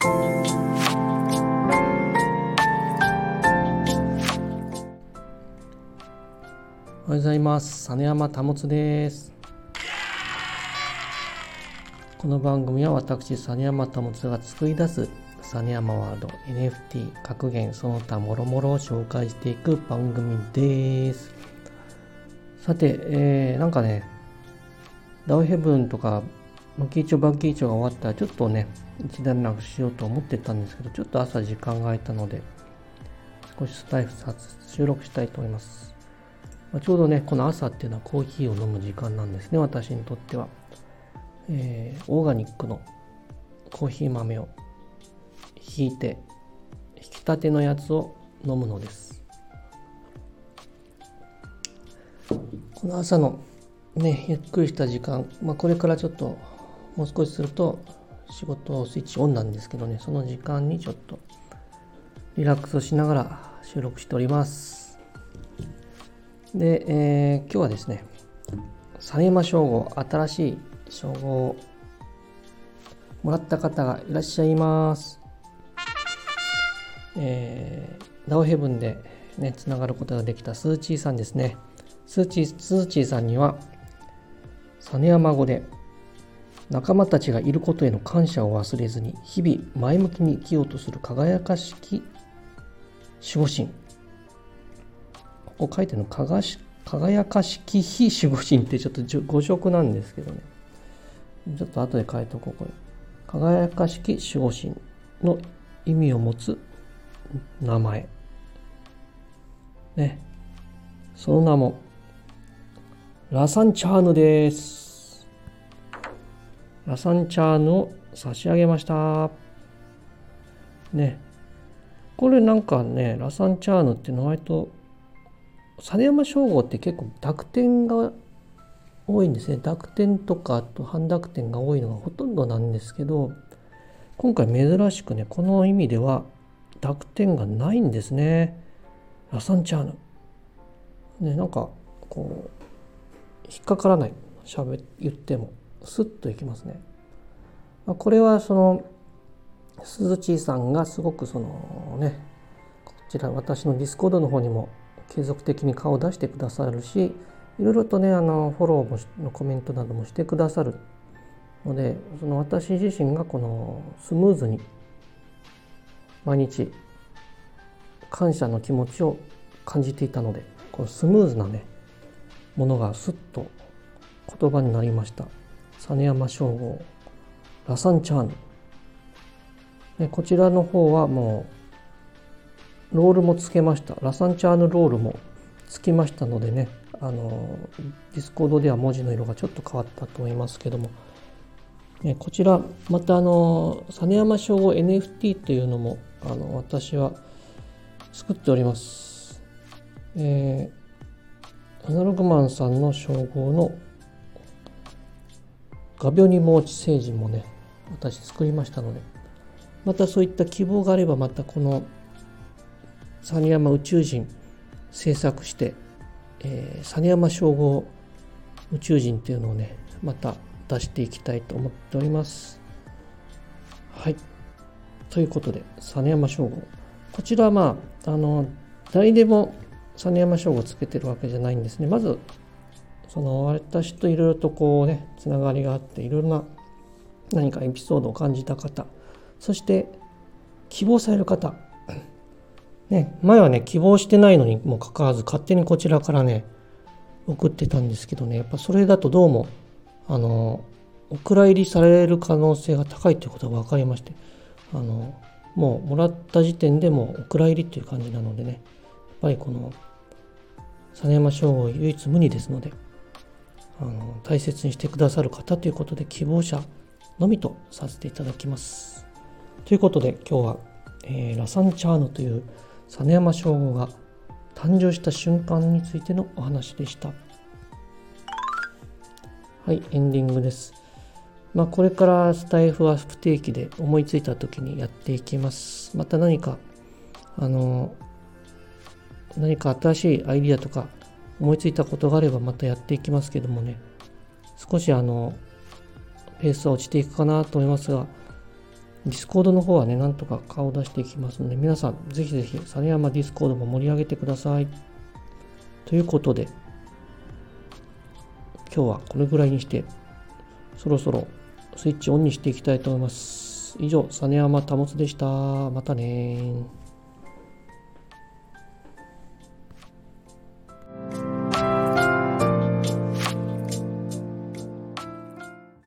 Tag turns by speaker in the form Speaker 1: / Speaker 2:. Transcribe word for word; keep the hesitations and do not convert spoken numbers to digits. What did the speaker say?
Speaker 1: おはようございます。実山保です。この番組は私実山保が作り出す実山ワールド エヌエフティー 格言その他もろもろを紹介していく番組です。さて、えー、なんかねダウヘブンとかマキーチョバキーチョが終わったらちょっとね一段落しようと思ってたんですけど、ちょっと朝時間が空いたので少しスタイフ収録したいと思います。ちょうどねこの朝っていうのはコーヒーを飲む時間なんですね、私にとっては。えー、オーガニックのコーヒー豆をひいて引き立てのやつを飲むのです。この朝のねゆっくりした時間、まあ、これからちょっともう少しすると仕事スイッチオンなんですけどね、その時間にちょっとリラックスをしながら収録しております。で、えー、今日はですね実山称号、新しい称号をもらった方がいらっしゃいます。えー、ダオヘブンでねつながることができたスーチーさんですね。スーチー、スーチーさんには実山語で仲間たちがいることへの感謝を忘れずに日々前向きに生きようとする輝かしき守護神、ここ書いてるの輝かしき非守護神ってちょっと誤色なんですけどね、ちょっと後で書いておこう。これ輝かしき守護神の意味を持つ名前ね、その名もラサンチャーヌです。ラサンチャーヌを差し上げましたね。これなんかねラサンチャーヌっての割と実山称号って結構濁点が多いんですね。濁点とかあと半濁点が多いのがほとんどなんですけど、今回珍しくねこの意味では濁点がないんですね。ラサンチャーヌね、なんかこう引っかからない、しゃべ言ってもスッといきますね。これはそのすずちーさんがすごくそのねこちら私のディスコードの方にも継続的に顔を出してくださるし、いろいろとねあのフォローものコメントなどもしてくださるので、その私自身がこのスムーズに毎日感謝の気持ちを感じていたので、このスムーズなねものがスッと言葉になりました。実山称号ラサンチャーヌ、ね、こちらの方はもうロールもつけました。ラサンチャーヌロールもつきましたのでね、あのディスコードでは文字の色がちょっと変わったと思いますけども、ね、こちらまたあの実山称号 エヌエフティー というのもあの私は作っております。えー、アナログマンさんの称号の画鋲に盲地星人もね私作りましたので、またそういった希望があればまたこの実山宇宙人制作して、えー、実山称号宇宙人っていうのをねまた出していきたいと思っております。はい、ということで実山称号、こちらはまああの誰でも実山称号をつけてるわけじゃないんですね。まずその私といろいろとこうねつながりがあっていろいろな何かエピソードを感じた方、そして希望される方ね、前はね希望してないのにもかかわらず勝手にこちらからね送ってたんですけどね、やっぱそれだとどうもあのお蔵入りされる可能性が高いということが分かりまして、あのもうもらった時点でもうお蔵入りっていう感じなのでね、やっぱりこの実山称号唯一無二ですので、あの大切にしてくださる方ということで希望者のみとさせていただきます。ということで今日は、えー、ラサンチャーヌという実山称号が誕生した瞬間についてのお話でした。はい、エンディングです。まあこれからスタイフは不定期で思いついた時にやっていきます。また何かあの何か新しいアイディアとか思いついたことがあればまたやっていきますけどもね、少しあのペースは落ちていくかなと思いますが、 ディスコードの方はね、なんとか顔を出していきますので、皆さん、ぜひぜひ、実山ディスコードも盛り上げてください。ということで、今日はこれぐらいにして、そろそろスイッチオンにしていきたいと思います。以上、実山保でした。またね。